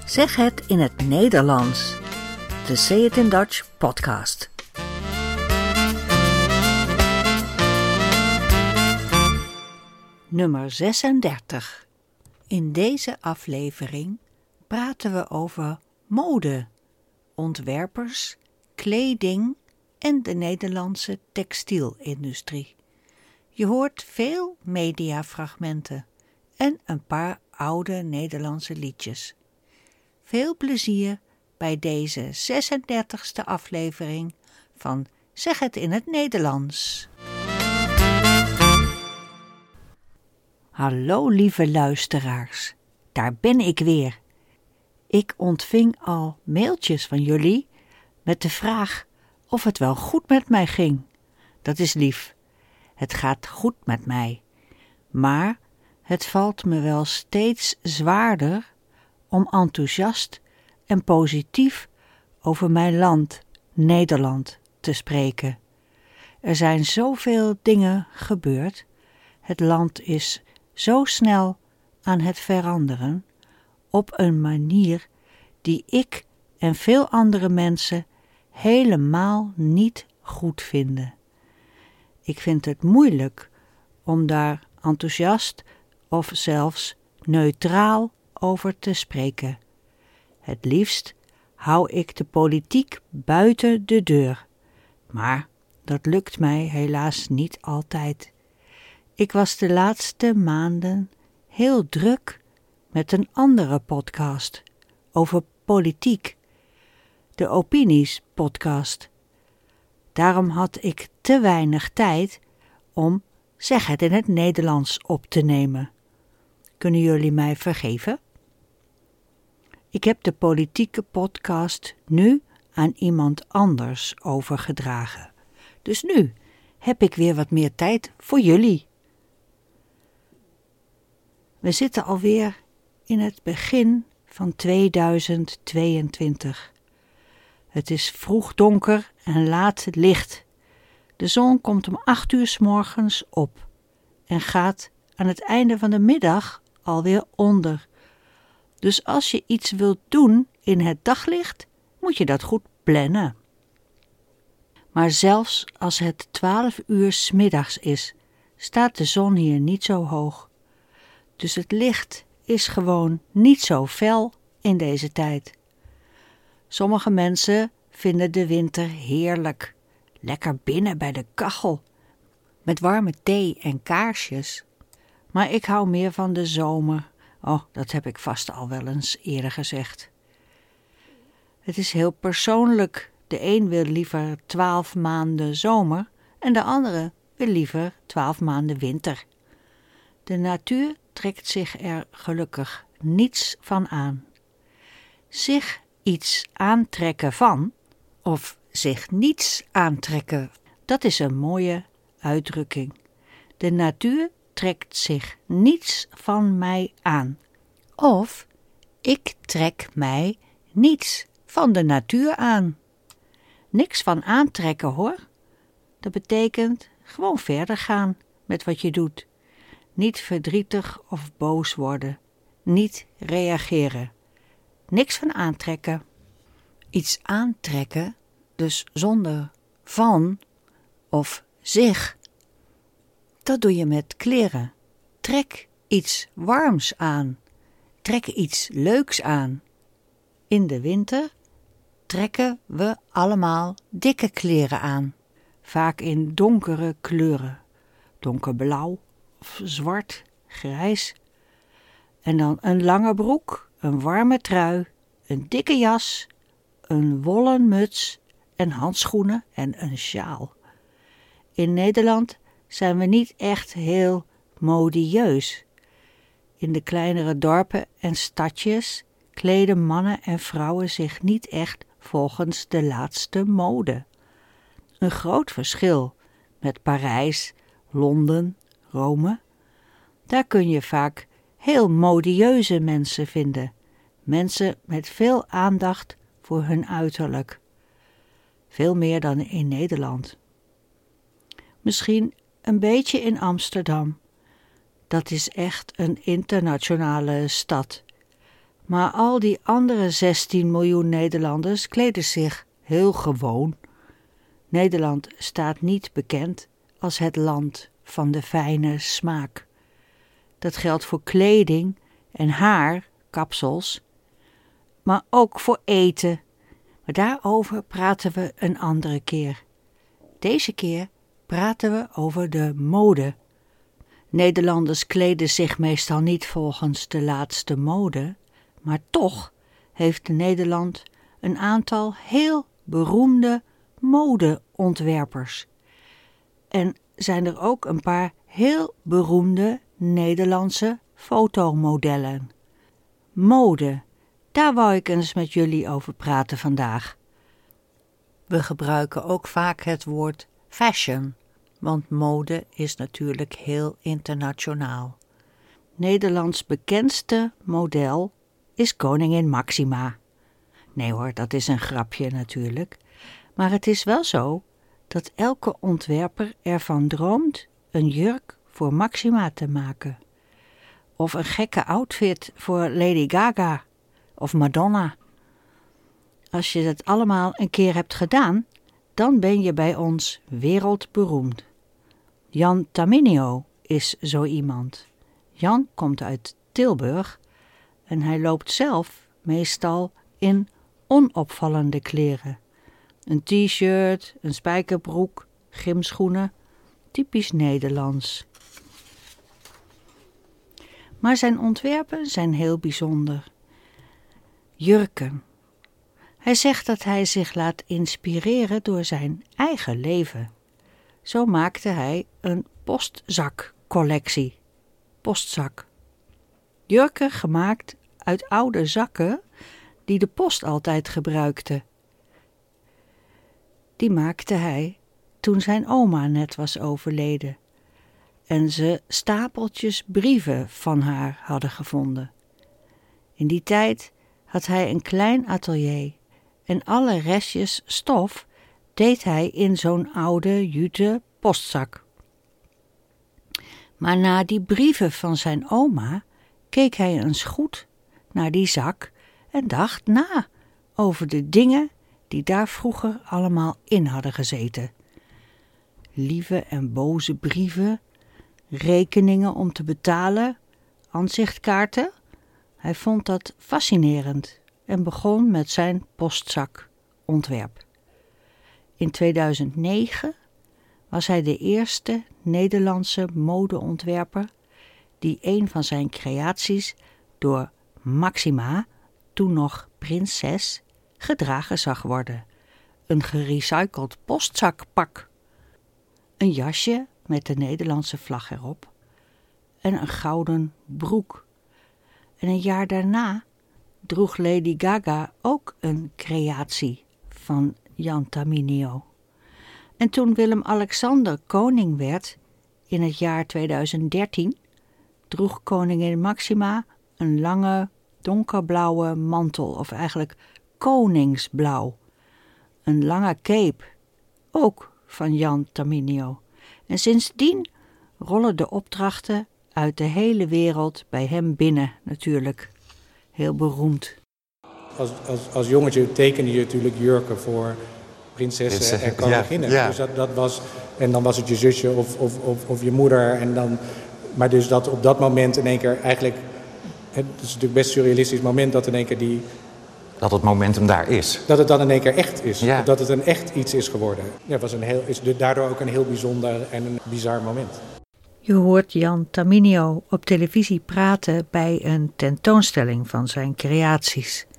Zeg het in het Nederlands. De Say It in Dutch podcast. Nummer 36. In deze aflevering praten we over mode, ontwerpers, kleding en de Nederlandse textielindustrie. Je hoort veel mediafragmenten en een paar oude Nederlandse liedjes. Veel plezier bij deze 36e aflevering van Zeg het in het Nederlands. Hallo lieve luisteraars, daar ben ik weer. Ik ontving al mailtjes van jullie met de vraag of het wel goed met mij ging. Dat is lief. Het gaat goed met mij. Maar het valt me wel steeds zwaarder om enthousiast en positief over mijn land, Nederland, te spreken. Er zijn zoveel dingen gebeurd. Het land is zo snel aan het veranderen op een manier die ik en veel andere mensen helemaal niet goed vinden. Ik vind het moeilijk om daar enthousiast of zelfs neutraal over te spreken. Het liefst hou ik de politiek buiten de deur, maar dat lukt mij helaas niet altijd. Ik was de laatste maanden heel druk met een andere podcast over politiek, de Opinies podcast. Daarom had ik te weinig tijd om Zeg het in het Nederlands op te nemen. Kunnen jullie mij vergeven? Ik heb de politieke podcast nu aan iemand anders overgedragen. Dus nu heb ik weer wat meer tijd voor jullie. We zitten alweer in het begin van 2022. Het is vroeg donker en laat licht. De zon komt om 8 uur 's morgens op en gaat aan het einde van de middag alweer onder. Dus als je iets wilt doen in het daglicht, moet je dat goed plannen. Maar zelfs als het 12 uur 's middags is, staat de zon hier niet zo hoog. Dus het licht is gewoon niet zo fel in deze tijd. Sommige mensen vinden de winter heerlijk. Lekker binnen bij de kachel, met warme thee en kaarsjes. Maar ik hou meer van de zomer. Oh, dat heb ik vast al wel eens eerder gezegd. Het is heel persoonlijk. De een wil liever 12 maanden zomer en de andere wil liever 12 maanden winter. De natuur trekt zich er gelukkig niets van aan. Zich iets aantrekken van, of zich niets aantrekken, dat is een mooie uitdrukking. De natuur trekt zich niets van mij aan. Of ik trek mij niets van de natuur aan. Niks van aantrekken hoor. Dat betekent gewoon verder gaan met wat je doet. Niet verdrietig of boos worden. Niet reageren. Niks van aantrekken. Iets aantrekken, dus zonder van of zich. Dat doe je met kleren. Trek iets warms aan. Trek iets leuks aan. In de winter trekken we allemaal dikke kleren aan. Vaak in donkere kleuren. Donkerblauw of zwart, grijs. En dan een lange broek, een warme trui, een dikke jas, een wollen muts en handschoenen en een sjaal. In Nederland zijn we niet echt heel modieus. In de kleinere dorpen en stadjes kleden mannen en vrouwen zich niet echt volgens de laatste mode. Een groot verschil met Parijs, Londen, Rome. Daar kun je vaak heel modieuze mensen vinden. Mensen met veel aandacht voor hun uiterlijk. Veel meer dan in Nederland. Misschien een beetje in Amsterdam. Dat is echt een internationale stad. Maar al die andere 16 miljoen Nederlanders kleden zich heel gewoon. Nederland staat niet bekend als het land van de fijne smaak. Dat geldt voor kleding en haar, kapsels, maar ook voor eten. Maar daarover praten we een andere keer. Deze keer praten we over de mode. Nederlanders kleden zich meestal niet volgens de laatste mode, maar toch heeft Nederland een aantal heel beroemde modeontwerpers. En zijn er ook een paar heel beroemde Nederlandse fotomodellen. Mode, daar wou ik eens met jullie over praten vandaag. We gebruiken ook vaak het woord fashion, want mode is natuurlijk heel internationaal. Nederlands bekendste model is koningin Máxima. Nee hoor, dat is een grapje natuurlijk. Maar het is wel zo dat elke ontwerper ervan droomt een jurk voor Máxima te maken. Of een gekke outfit voor Lady Gaga of Madonna. Als je dat allemaal een keer hebt gedaan, dan ben je bij ons wereldberoemd. Jan Taminio is zo iemand. Jan komt uit Tilburg en hij loopt zelf meestal in onopvallende kleren. Een t-shirt, een spijkerbroek, gymschoenen, typisch Nederlands. Maar zijn ontwerpen zijn heel bijzonder. Jurken. Hij zegt dat hij zich laat inspireren door zijn eigen leven. Zo maakte hij een postzakcollectie. Postzak. Jurken gemaakt uit oude zakken die de post altijd gebruikte. Die maakte hij toen zijn oma net was overleden en ze stapeltjes brieven van haar hadden gevonden. In die tijd had hij een klein atelier en alle restjes stof deed hij in zo'n oude jute postzak. Maar na die brieven van zijn oma keek hij eens goed naar die zak en dacht na over de dingen die daar vroeger allemaal in hadden gezeten. Lieve en boze brieven, rekeningen om te betalen, aanzichtkaarten. Hij vond dat fascinerend en begon met zijn postzakontwerp. In 2009 was hij de eerste Nederlandse modeontwerper die een van zijn creaties door Máxima, toen nog prinses, gedragen zag worden. Een gerecycled postzakpak. Een jasje met de Nederlandse vlag erop en een gouden broek. En een jaar daarna droeg Lady Gaga ook een creatie van Jan Taminio. En toen Willem-Alexander koning werd in het jaar 2013, droeg koningin Máxima een lange donkerblauwe mantel, of eigenlijk koningsblauw. Een lange cape, ook van Jan Taminio. En sindsdien rollen de opdrachten uit de hele wereld bij hem binnen natuurlijk. Heel beroemd. Als jongetje tekende je natuurlijk jurken voor prinsessen en koninginnen. Ja. Dus dat was, en dan was het je zusje of je moeder. En dan, maar dus dat op dat moment in één keer eigenlijk, het is natuurlijk best surrealistisch moment dat in één keer dat het momentum daar is. dat het dan in één keer echt is. Ja. Dat het een echt iets is geworden. Ja, is daardoor ook een heel bijzonder en een bizar moment. Je hoort Jan Taminio op televisie praten bij een tentoonstelling van zijn creaties.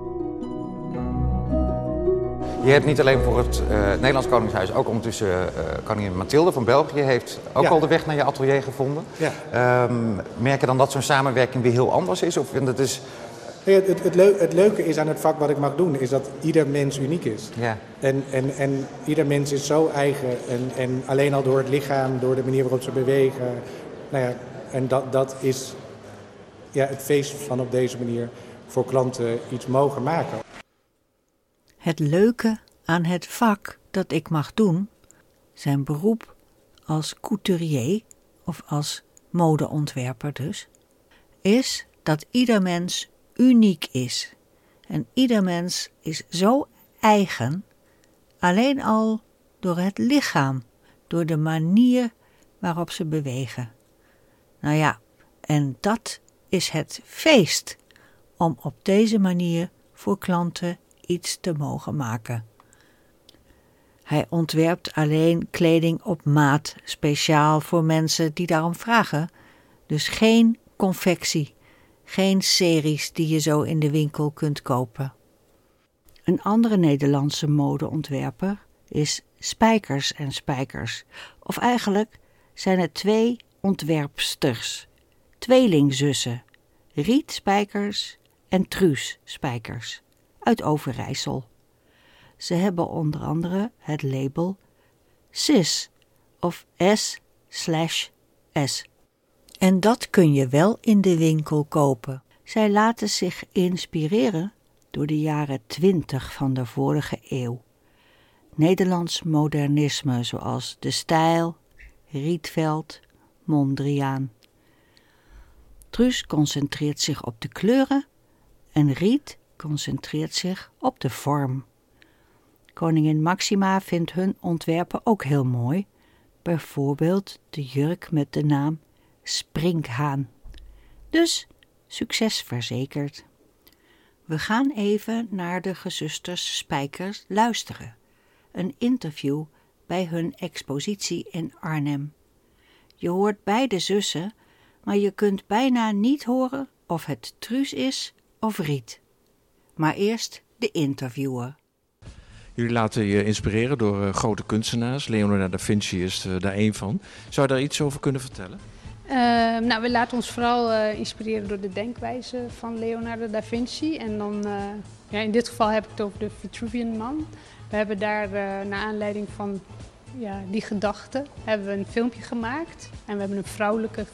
Je hebt niet alleen voor het Nederlands Koningshuis, ook ondertussen koningin Mathilde van België heeft ook al de weg naar je atelier gevonden. Ja. Merk je dan dat zo'n samenwerking weer heel anders is? Of dat is... Het leuke is aan het vak wat ik mag doen, is dat ieder mens uniek is. Ja. En ieder mens is zo eigen. En alleen al door het lichaam, door de manier waarop ze bewegen. Nou ja, en dat is het feest van op deze manier voor klanten iets mogen maken. Het leuke aan het vak dat ik mag doen, zijn beroep als couturier, of als modeontwerper dus, is dat ieder mens uniek is. En ieder mens is zo eigen, alleen al door het lichaam, door de manier waarop ze bewegen. Nou ja, en dat is het feest om op deze manier voor klanten iets te mogen maken. Hij ontwerpt alleen kleding op maat, speciaal voor mensen die daarom vragen. Dus geen confectie, geen series die je zo in de winkel kunt kopen. Een andere Nederlandse modeontwerper is Spijkers en Spijkers. Of eigenlijk zijn het 2 ontwerpsters, tweelingzussen, Riet Spijkers en Truus Spijkers uit Overijssel. Ze hebben onder andere het label Sis of S/S. En dat kun je wel in de winkel kopen. Zij laten zich inspireren door de jaren 20 van de vorige eeuw. Nederlands modernisme zoals De Stijl, Rietveld, Mondriaan. Truus concentreert zich op de kleuren en Riet concentreert zich op de vorm. Koningin Máxima vindt hun ontwerpen ook heel mooi. Bijvoorbeeld de jurk met de naam Sprinkhaan. Dus succes verzekerd. We gaan even naar de gezusters Spijkers luisteren. Een interview bij hun expositie in Arnhem. Je hoort beide zussen, maar je kunt bijna niet horen of het Truus is of Riet. Maar eerst de interviewer. Jullie laten je inspireren door grote kunstenaars. Leonardo da Vinci is daar één van. Zou je daar iets over kunnen vertellen? We laten ons vooral inspireren door de denkwijze van Leonardo da Vinci. En dan, in dit geval heb ik het over de Vitruvian Man. We hebben daar naar aanleiding van die gedachte hebben we een filmpje gemaakt. En we hebben een vrouwelijke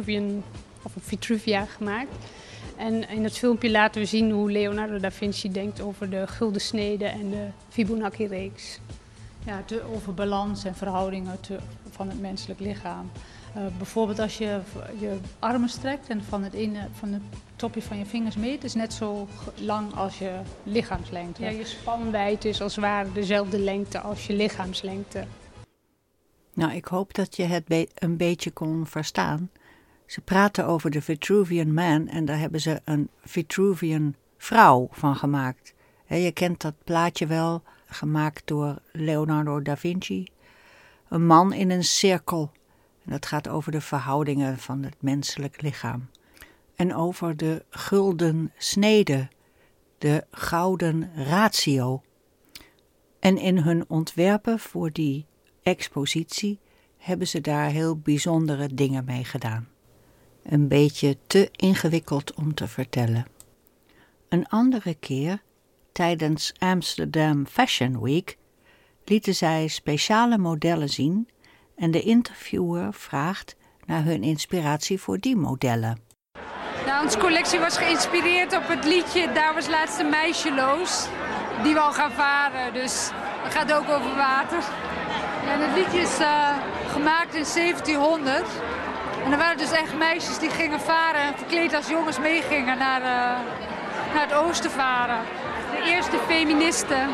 Vitruvia gemaakt. En in het filmpje laten we zien hoe Leonardo da Vinci denkt over de gulden snede en de Fibonacci-reeks. Ja, over balans en verhoudingen van het menselijk lichaam. Bijvoorbeeld als je je armen strekt en van het topje van je vingers meet, is net zo lang als je lichaamslengte. Ja, je spanwijdte is als het ware dezelfde lengte als je lichaamslengte. Nou, ik hoop dat je het een beetje kon verstaan. Ze praten over de Vitruvian Man en daar hebben ze een Vitruvian vrouw van gemaakt. Je kent dat plaatje wel, gemaakt door Leonardo da Vinci. Een man in een cirkel. En dat gaat over de verhoudingen van het menselijk lichaam. En over de gulden snede, de gouden ratio. En in hun ontwerpen voor die expositie hebben ze daar heel bijzondere dingen mee gedaan. Een beetje te ingewikkeld om te vertellen. Een andere keer, tijdens Amsterdam Fashion Week, lieten zij speciale modellen zien en de interviewer vraagt naar hun inspiratie voor die modellen. Nou, onze collectie was geïnspireerd op het liedje Daar was laatst een meisje loos, die we al gaan varen, dus het gaat ook over water. Ja, en het liedje is gemaakt in 1700 en er waren dus echt meisjes die gingen varen en verkleed als jongens meegingen naar het oosten varen. De eerste feministen.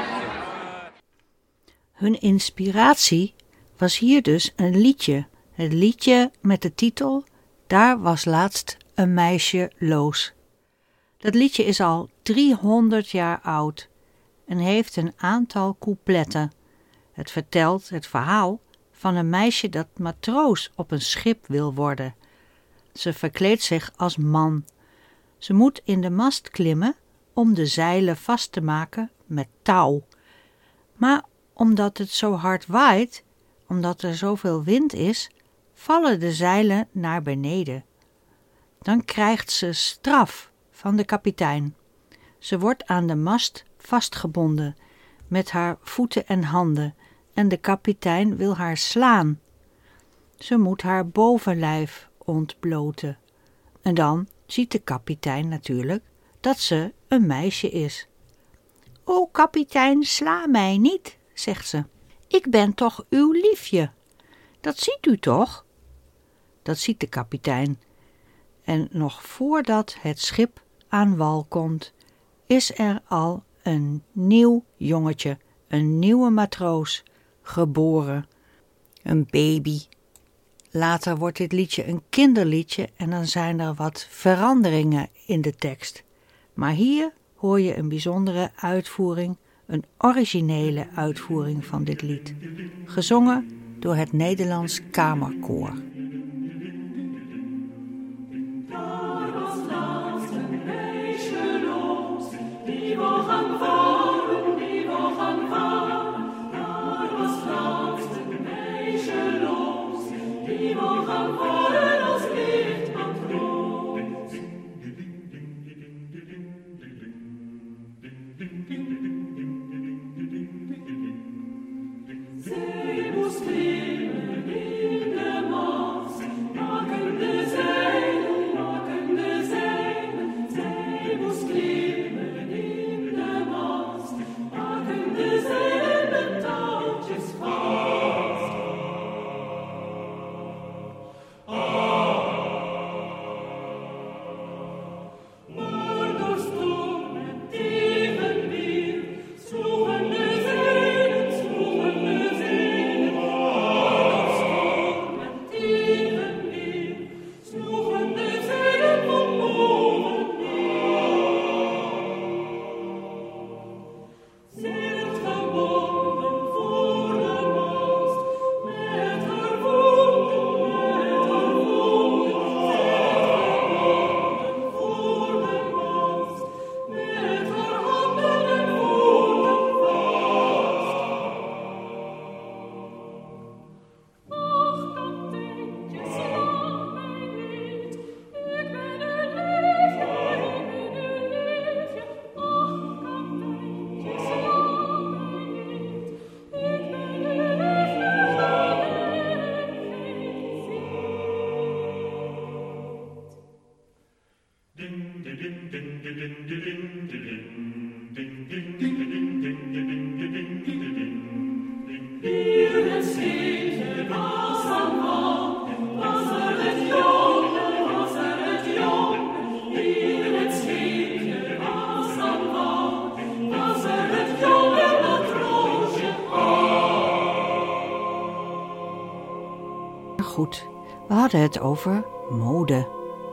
Hun inspiratie was hier dus een liedje. Het liedje met de titel Daar was laatst een meisje loos. Dat liedje is al 300 jaar oud en heeft een aantal coupletten. Het vertelt het verhaal van een meisje dat matroos op een schip wil worden. Ze verkleedt zich als man. Ze moet in de mast klimmen om de zeilen vast te maken met touw. Maar omdat het zo hard waait, omdat er zoveel wind is, vallen de zeilen naar beneden. Dan krijgt ze straf van de kapitein. Ze wordt aan de mast vastgebonden met haar voeten en handen en de kapitein wil haar slaan. Ze moet haar bovenlijf ontbloten. En dan ziet de kapitein natuurlijk dat ze een meisje is. "O kapitein, sla mij niet," zegt ze. "Ik ben toch uw liefje. Dat ziet u toch?" Dat ziet de kapitein. En nog voordat het schip aan wal komt, is er al een nieuw jongetje, een nieuwe matroos, geboren. Een baby. Later wordt dit liedje een kinderliedje en dan zijn er wat veranderingen in de tekst. Maar hier hoor je een bijzondere uitvoering, een originele uitvoering van dit lied. Gezongen door het Nederlands Kamerkoor. Goed, we hadden het over mode.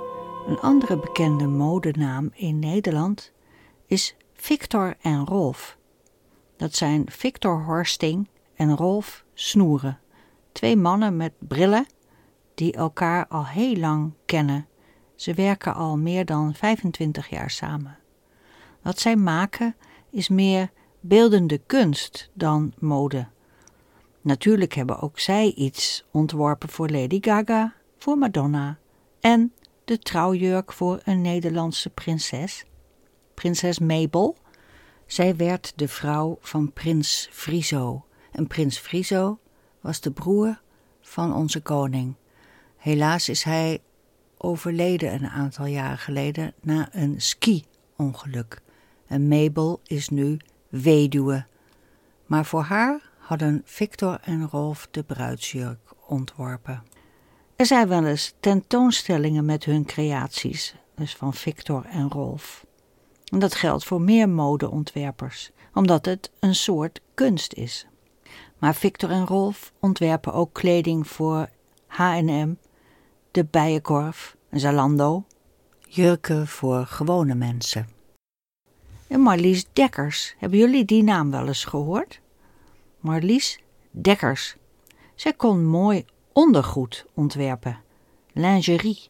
Een andere bekende modenaam in Nederland is Victor en Rolf. Dat zijn Victor Horsting en Rolf Snoeren. 2 mannen met brillen die elkaar al heel lang kennen. Ze werken al meer dan 25 jaar samen. Wat zij maken is meer beeldende kunst dan mode. Natuurlijk hebben ook zij iets ontworpen voor Lady Gaga, voor Madonna en de trouwjurk voor een Nederlandse prinses, prinses Mabel. Zij werd de vrouw van prins Friso. En prins Friso was de broer van onze koning. Helaas is hij overleden een aantal jaren geleden na een ski-ongeluk. En Mabel is nu weduwe. Maar voor haar hadden Victor en Rolf de bruidsjurk ontworpen. Er zijn wel eens tentoonstellingen met hun creaties, dus van Victor en Rolf. En dat geldt voor meer modeontwerpers, omdat het een soort kunst is. Maar Victor en Rolf ontwerpen ook kleding voor H&M, de Bijenkorf, Zalando, jurken voor gewone mensen. En Marlies Dekkers, hebben jullie die naam wel eens gehoord? Marlies Dekkers. Zij kon mooi ondergoed ontwerpen, lingerie,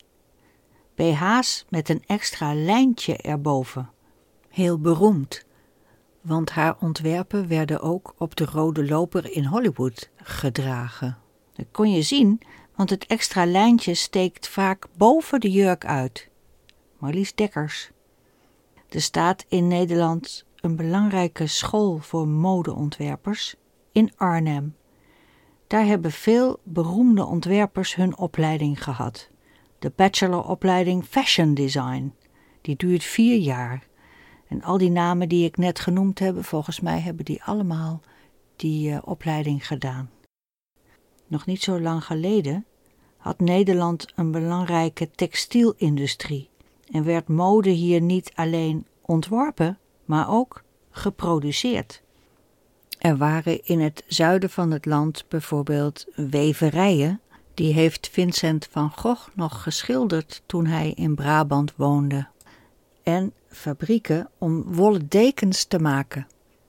BH's met een extra lijntje erboven. Heel beroemd, want haar ontwerpen werden ook op de rode loper in Hollywood gedragen. Dat kon je zien, want het extra lijntje steekt vaak boven de jurk uit. Marlies Dekkers. Er staat in Nederland een belangrijke school voor modeontwerpers in Arnhem. Daar hebben veel beroemde ontwerpers hun opleiding gehad. De bacheloropleiding Fashion Design, die duurt 4 jaar. En al die namen die ik net genoemd heb, volgens mij hebben die allemaal die opleiding gedaan. Nog niet zo lang geleden had Nederland een belangrijke textielindustrie. en werd mode hier niet alleen ontworpen, maar ook geproduceerd. Er waren in het zuiden van het land bijvoorbeeld weverijen. Die heeft Vincent van Gogh nog geschilderd toen hij in Brabant woonde. En fabrieken om wollen dekens te maken.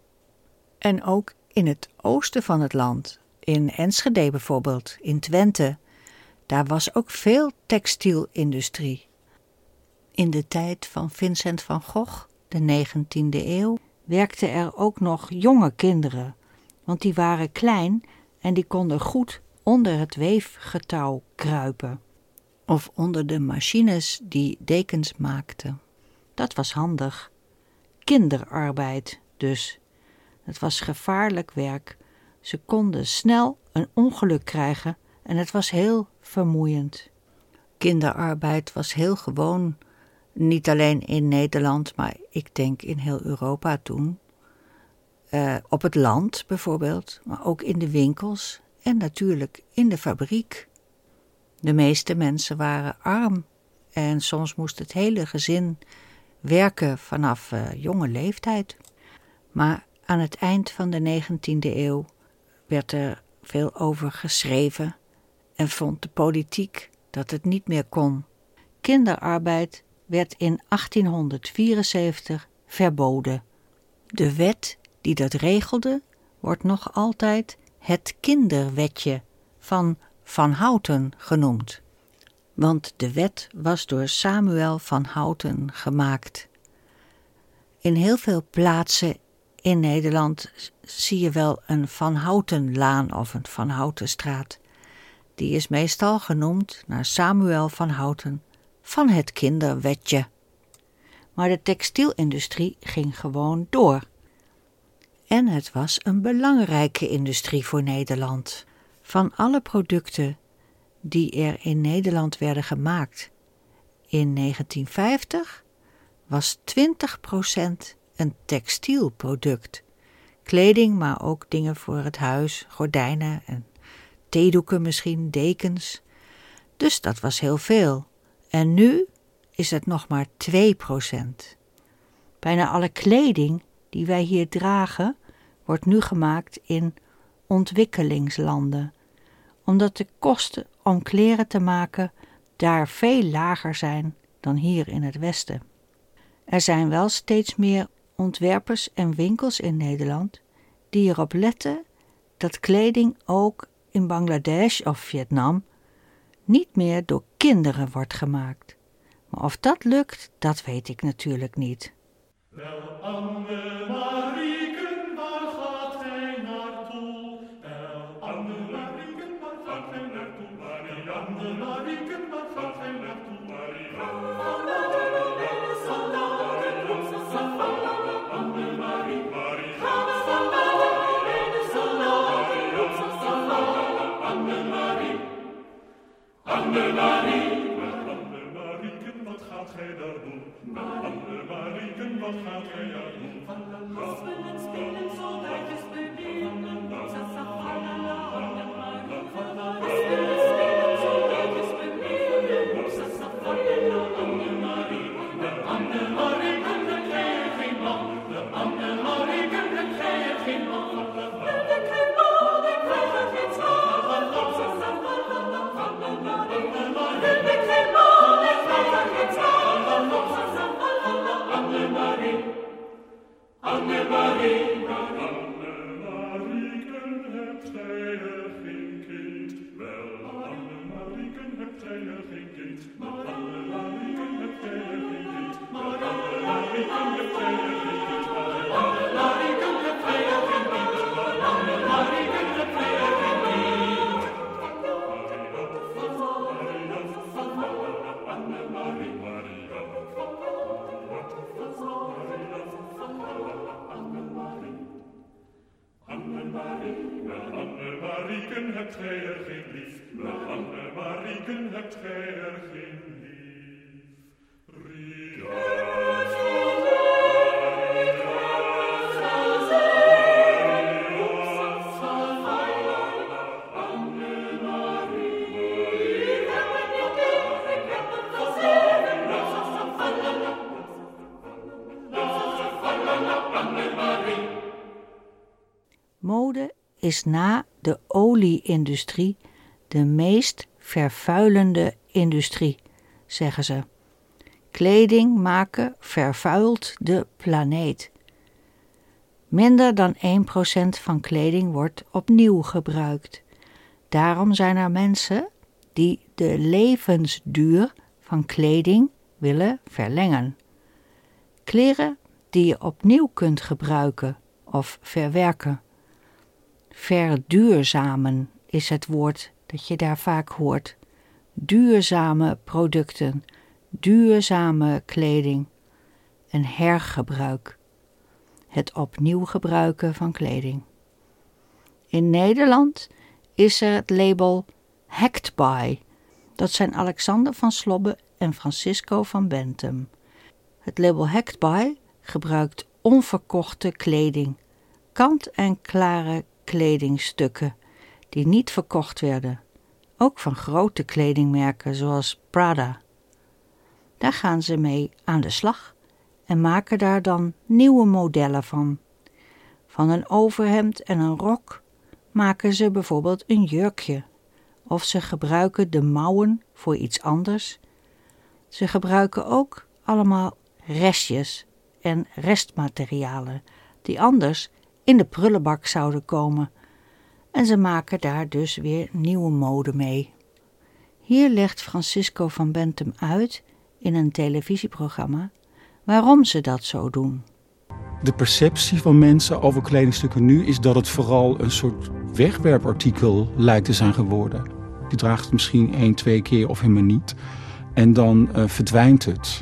En ook in het oosten van het land, in Enschede bijvoorbeeld, in Twente, daar was ook veel textielindustrie. In de tijd van Vincent van Gogh, de 19e eeuw, werkten er ook nog jonge kinderen, want die waren klein en die konden goed onder het weefgetouw kruipen. Of onder de machines die dekens maakten. Dat was handig. Kinderarbeid dus. Het was gevaarlijk werk. Ze konden snel een ongeluk krijgen en het was heel vermoeiend. Kinderarbeid was heel gewoon, niet alleen in Nederland, maar ik denk in heel Europa toen. Op het land bijvoorbeeld, maar ook in de winkels en natuurlijk in de fabriek. De meeste mensen waren arm en soms moest het hele gezin werken vanaf jonge leeftijd. Maar aan het eind van de 19e eeuw werd er veel over geschreven en vond de politiek dat het niet meer kon. Kinderarbeid werd in 1874 verboden. De wet die dat regelde wordt nog altijd het kinderwetje van Van Houten genoemd. Want de wet was door Samuel van Houten gemaakt. In heel veel plaatsen in Nederland zie je wel een Van Houtenlaan of een Van Houtenstraat. Die is meestal genoemd naar Samuel van Houten van het kinderwetje. Maar de textielindustrie ging gewoon door. En het was een belangrijke industrie voor Nederland. Van alle producten die er in Nederland werden gemaakt in 1950 was 20% een textielproduct. Kleding, maar ook dingen voor het huis, gordijnen en theedoeken misschien, dekens. Dus dat was heel veel. En nu is het nog maar 2%. Bijna alle kleding die wij hier dragen wordt nu gemaakt in ontwikkelingslanden, omdat de kosten om kleren te maken daar veel lager zijn dan hier in het Westen. Er zijn wel steeds meer ontwerpers en winkels in Nederland die erop letten dat kleding ook in Bangladesh of Vietnam niet meer door kinderen wordt gemaakt. Maar of dat lukt, dat weet ik natuurlijk niet. Wel, Anne-Marieken, waar gaat gij naartoe? Wel, Anne-Marieken, waar gaat gij naartoe? Marie, Anne-Marieken, waar gaat gij naartoe? Marie, Anne-Marie, Marie, Anne-Marie, Anne-Marieken, wat gaat gij daar doen? Anne-Marieken, wat gaat gij daar doen? Spelen, spelen, soldaatjes bewegen. Anne-Marieken, heb gij geen man? Anne-Marieken, heb gij geen man? Heb ik geen man, ik krijg er geen slaag. Heb ik geen man, ik krijg er geen slaag. Anne-Marie, Anne-Marie, Anne-Marieken, hebt gij er geen kind? Wel, Anne-Marieken, hebt gij er geen kind? Maar Anne-Marieken, hebt gij er geen kind? Maar Anne-Marieken, hebt gij er geen kind? Anne-Marieken, hebt gij er geen kind? Anne-Marieken, hebt gij er geen kind? Anne-Marie, Anne-Marieken, hebt gij er geen lief? Anne-Marieken, hebt gij er geen lief? Anne-Marie, Mode is na de olie-industrie de meest vervuilende industrie, zeggen ze. Kleding maken vervuilt de planeet. Minder dan 1% van kleding wordt opnieuw gebruikt. Daarom zijn er mensen die de levensduur van kleding willen verlengen. Kleren die je opnieuw kunt gebruiken of verwerken. Verduurzamen is het woord dat je daar vaak hoort. Duurzame producten, duurzame kleding en hergebruik. Het opnieuw gebruiken van kleding. In Nederland is er het label Hacked By. Dat zijn Alexander van Slobbe en Francisco van Bentum. Het label Hacked By gebruikt onverkochte kleding, kant-en-klare kledingstukken die niet verkocht werden, ook van grote kledingmerken zoals Prada. Daar gaan ze mee aan de slag en maken daar dan nieuwe modellen van. Van een overhemd en een rok maken ze bijvoorbeeld een jurkje, of ze gebruiken de mouwen voor iets anders. Ze gebruiken ook allemaal restjes en restmaterialen die anders in de prullenbak zouden komen. En ze maken daar dus weer nieuwe mode mee. Hier legt Francisco van Bentum uit in een televisieprogramma waarom ze dat zo doen. De perceptie van mensen over kledingstukken nu is dat het vooral een soort wegwerpartikel lijkt te zijn geworden. Je draagt het misschien 1-2 keer of helemaal niet en dan verdwijnt het.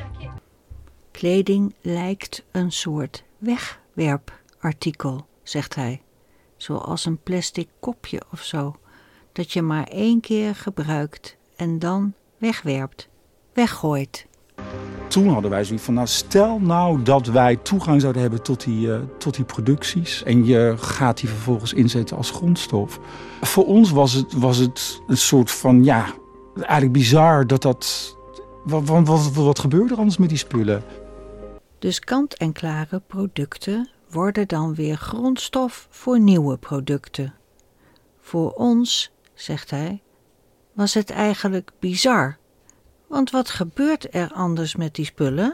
Kleding lijkt een soort wegwerpartikel, zegt hij. Zoals een plastic kopje of zo, dat je maar 1 keer gebruikt en dan wegwerpt, weggooit. Toen hadden wij zoiets van, nou stel nou dat wij toegang zouden hebben tot die producties en je gaat die vervolgens inzetten als grondstof. Voor ons was het een soort van, ja, eigenlijk bizar dat wat gebeurt er anders met die spullen? Dus kant-en-klare producten worden dan weer grondstof voor nieuwe producten. Voor ons, zegt hij, was het eigenlijk bizar. Want wat gebeurt er anders met die spullen?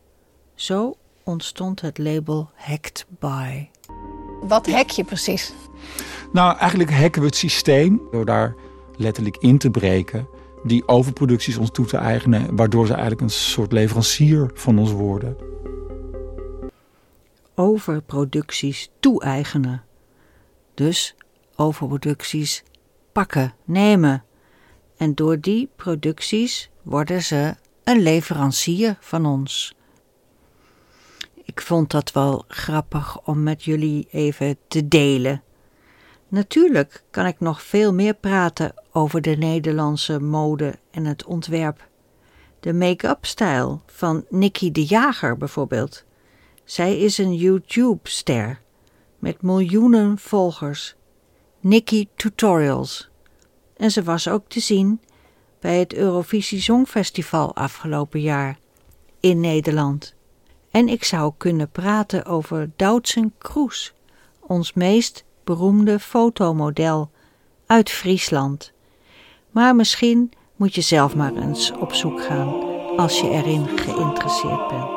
Zo ontstond het label Hacked By. Wat hack je precies? Nou, eigenlijk hacken we het systeem door daar letterlijk in te breken, die overproducties ons toe te eigenen, waardoor ze eigenlijk een soort leverancier van ons worden. Overproducties toe-eigenen. Dus overproducties pakken, nemen. En door die producties worden ze een leverancier van ons. Ik vond dat wel grappig om met jullie even te delen. Natuurlijk kan ik nog veel meer praten over de Nederlandse mode en het ontwerp. De make-up-stijl van Nikki de Jager bijvoorbeeld. Zij is een YouTube-ster met miljoenen volgers. Nikki Tutorials. En ze was ook te zien bij het Eurovisie Songfestival afgelopen jaar in Nederland. En ik zou kunnen praten over Doutzen Kroes, ons meest beroemde fotomodel uit Friesland. Maar misschien moet je zelf maar eens op zoek gaan als je erin geïnteresseerd bent.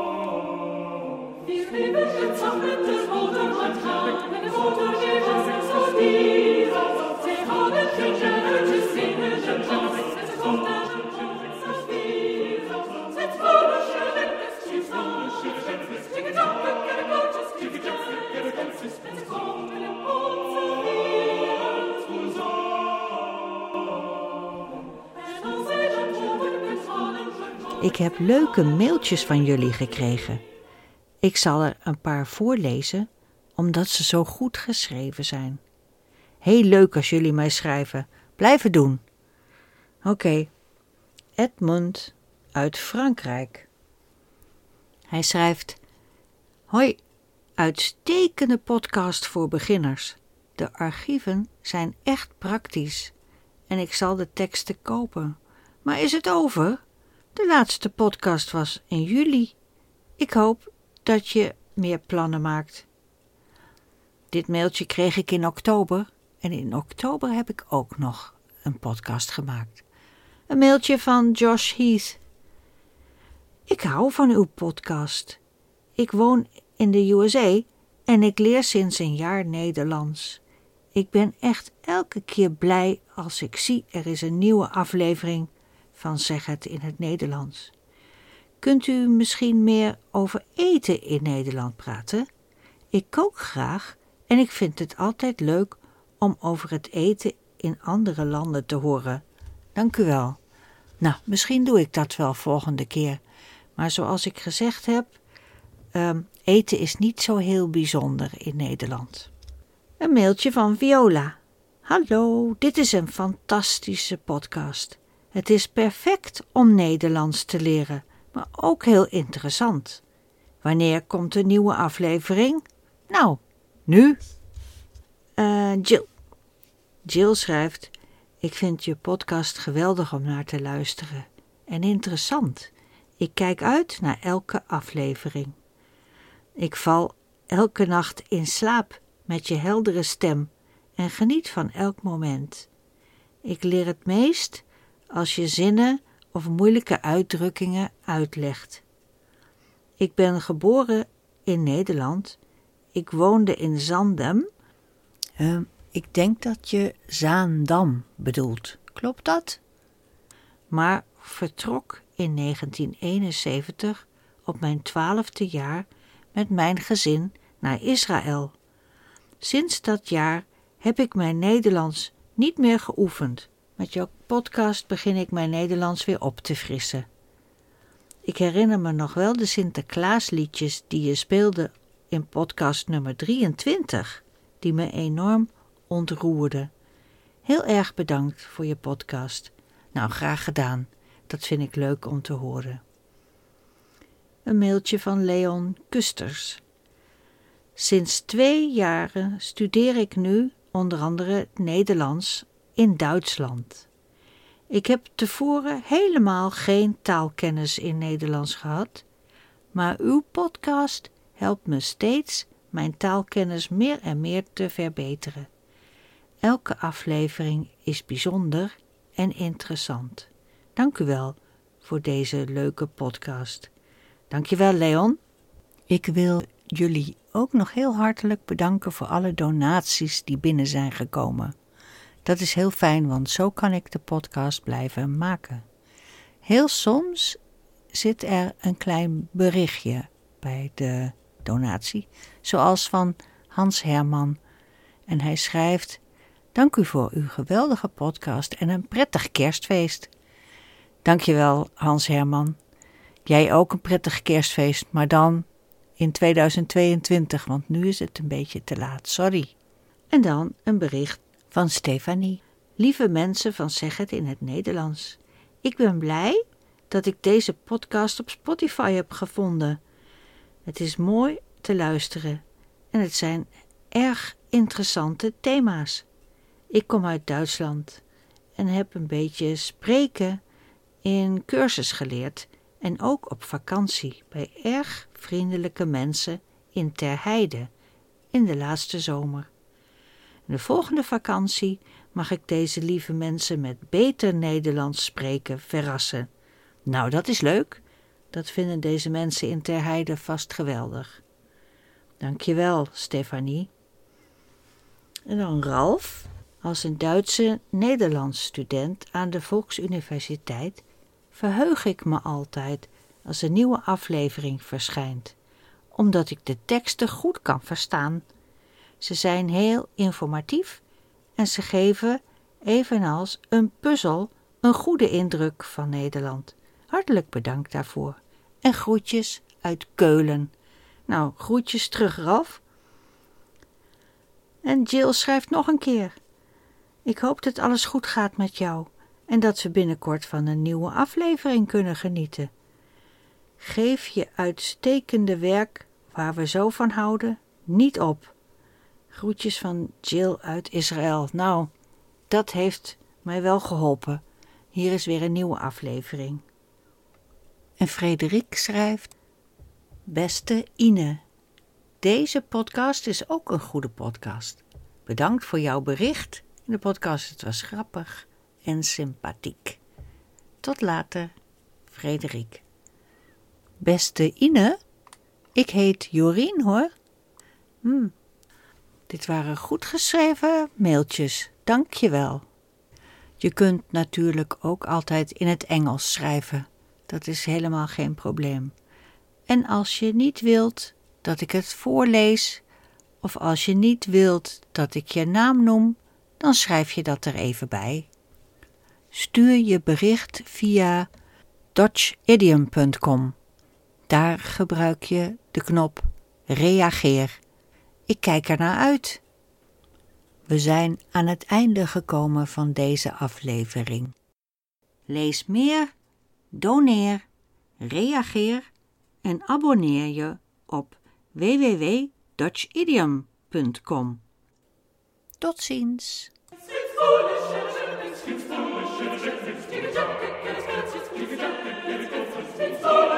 Ik heb leuke mailtjes van jullie gekregen. Ik zal er een paar voorlezen, omdat ze zo goed geschreven zijn. Heel leuk als jullie mij schrijven. Blijf het doen. Oké. Edmund uit Frankrijk. Hij schrijft: Hoi, uitstekende podcast voor beginners. De archieven zijn echt praktisch en ik zal de teksten kopen. Maar is het over? De laatste podcast was in juli. Ik hoop dat je meer plannen maakt. Dit mailtje kreeg ik in oktober en in oktober heb ik ook nog een podcast gemaakt. Een mailtje van Josh Heath. Ik hou van uw podcast. Ik woon in de USA en ik leer sinds een jaar Nederlands. Ik ben echt elke keer blij als ik zie er is een nieuwe aflevering van Zeg het in het Nederlands. Kunt u misschien meer over eten in Nederland praten? Ik kook graag en ik vind het altijd leuk om over het eten in andere landen te horen. Dank u wel. Nou, misschien doe ik dat wel volgende keer. Maar zoals ik gezegd heb, eten is niet zo heel bijzonder in Nederland. Een mailtje van Viola. Hallo, dit is een fantastische podcast. Het is perfect om Nederlands te leren, maar ook heel interessant. Wanneer komt een nieuwe aflevering? Nou, nu. Jill. Jill schrijft: ik vind je podcast geweldig om naar te luisteren en interessant. Ik kijk uit naar elke aflevering. Ik val elke nacht in slaap met je heldere stem en geniet van elk moment. Ik leer het meest als je zinnen of moeilijke uitdrukkingen uitlegt. Ik ben geboren in Nederland. Ik woonde in Zandam. Ik denk dat je Zaandam bedoelt. Klopt dat? Maar vertrok in 1971 op mijn 12e jaar met mijn gezin naar Israël. Sinds dat jaar heb ik mijn Nederlands niet meer geoefend. Met jouw podcast begin ik mijn Nederlands weer op te frissen. Ik herinner me nog wel de Sinterklaasliedjes die je speelde in podcast nummer 23, die me enorm ontroerden. Heel erg bedankt voor je podcast. Nou, graag gedaan. Dat vind ik leuk om te horen. Een mailtje van Leon Kusters. Sinds 2 jaren studeer ik nu onder andere Nederlands in Duitsland. Ik heb tevoren helemaal geen taalkennis in Nederlands gehad, maar uw podcast helpt me steeds mijn taalkennis meer en meer te verbeteren. Elke aflevering is bijzonder en interessant. Dank u wel voor deze leuke podcast. Dank je wel, Leon. Ik wil jullie ook nog heel hartelijk bedanken voor alle donaties die binnen zijn gekomen. Dat is heel fijn, want zo kan ik de podcast blijven maken. Heel soms zit er een klein berichtje bij de donatie, zoals van Hans Herman. En hij schrijft: dank u voor uw geweldige podcast en een prettig kerstfeest. Dank je wel, Hans Herman. Jij ook een prettig kerstfeest, maar dan in 2022, want nu is het een beetje te laat, sorry. En dan een bericht van Stefanie. Lieve mensen van Zeg het in het Nederlands. Ik ben blij dat ik deze podcast op Spotify heb gevonden. Het is mooi te luisteren en het zijn erg interessante thema's. Ik kom uit Duitsland en heb een beetje spreken in cursus geleerd en ook op vakantie bij erg vriendelijke mensen in Ter Heide in de laatste zomer. De volgende vakantie mag ik deze lieve mensen met beter Nederlands spreken verrassen. Nou, dat is leuk. Dat vinden deze mensen in Ter Heide vast geweldig. Dank je wel, Stefanie. En dan Ralf. Als een Duitse Nederlands student aan de Volksuniversiteit verheug ik me altijd als een nieuwe aflevering verschijnt, omdat ik de teksten goed kan verstaan. Ze zijn heel informatief en ze geven, evenals een puzzel, een goede indruk van Nederland. Hartelijk bedankt daarvoor. En groetjes uit Keulen. Nou, groetjes terug, Ralf. En Jill schrijft nog een keer: ik hoop dat alles goed gaat met jou en dat we binnenkort van een nieuwe aflevering kunnen genieten. Geef je uitstekende werk, waar we zo van houden, niet op. Groetjes van Jill uit Israël. Nou, dat heeft mij wel geholpen. Hier is weer een nieuwe aflevering. En Frederik schrijft: beste Ine, Deze podcast is ook een goede podcast. Bedankt voor jouw bericht in de podcast. Het was grappig en sympathiek. Tot later, Frederik. Beste Ine, ik heet Jorien hoor. Dit waren goed geschreven mailtjes, dank je wel. Je kunt natuurlijk ook altijd in het Engels schrijven. Dat is helemaal geen probleem. En als je niet wilt dat ik het voorlees, of als je niet wilt dat ik je naam noem, dan schrijf je dat er even bij. Stuur je bericht via dodgeidiom.com. Daar gebruik je de knop reageer. Ik kijk er naar uit. We zijn aan het einde gekomen van deze aflevering. Lees meer, doneer, reageer en abonneer je op www.dodgeidiom.com. Tot ziens. It's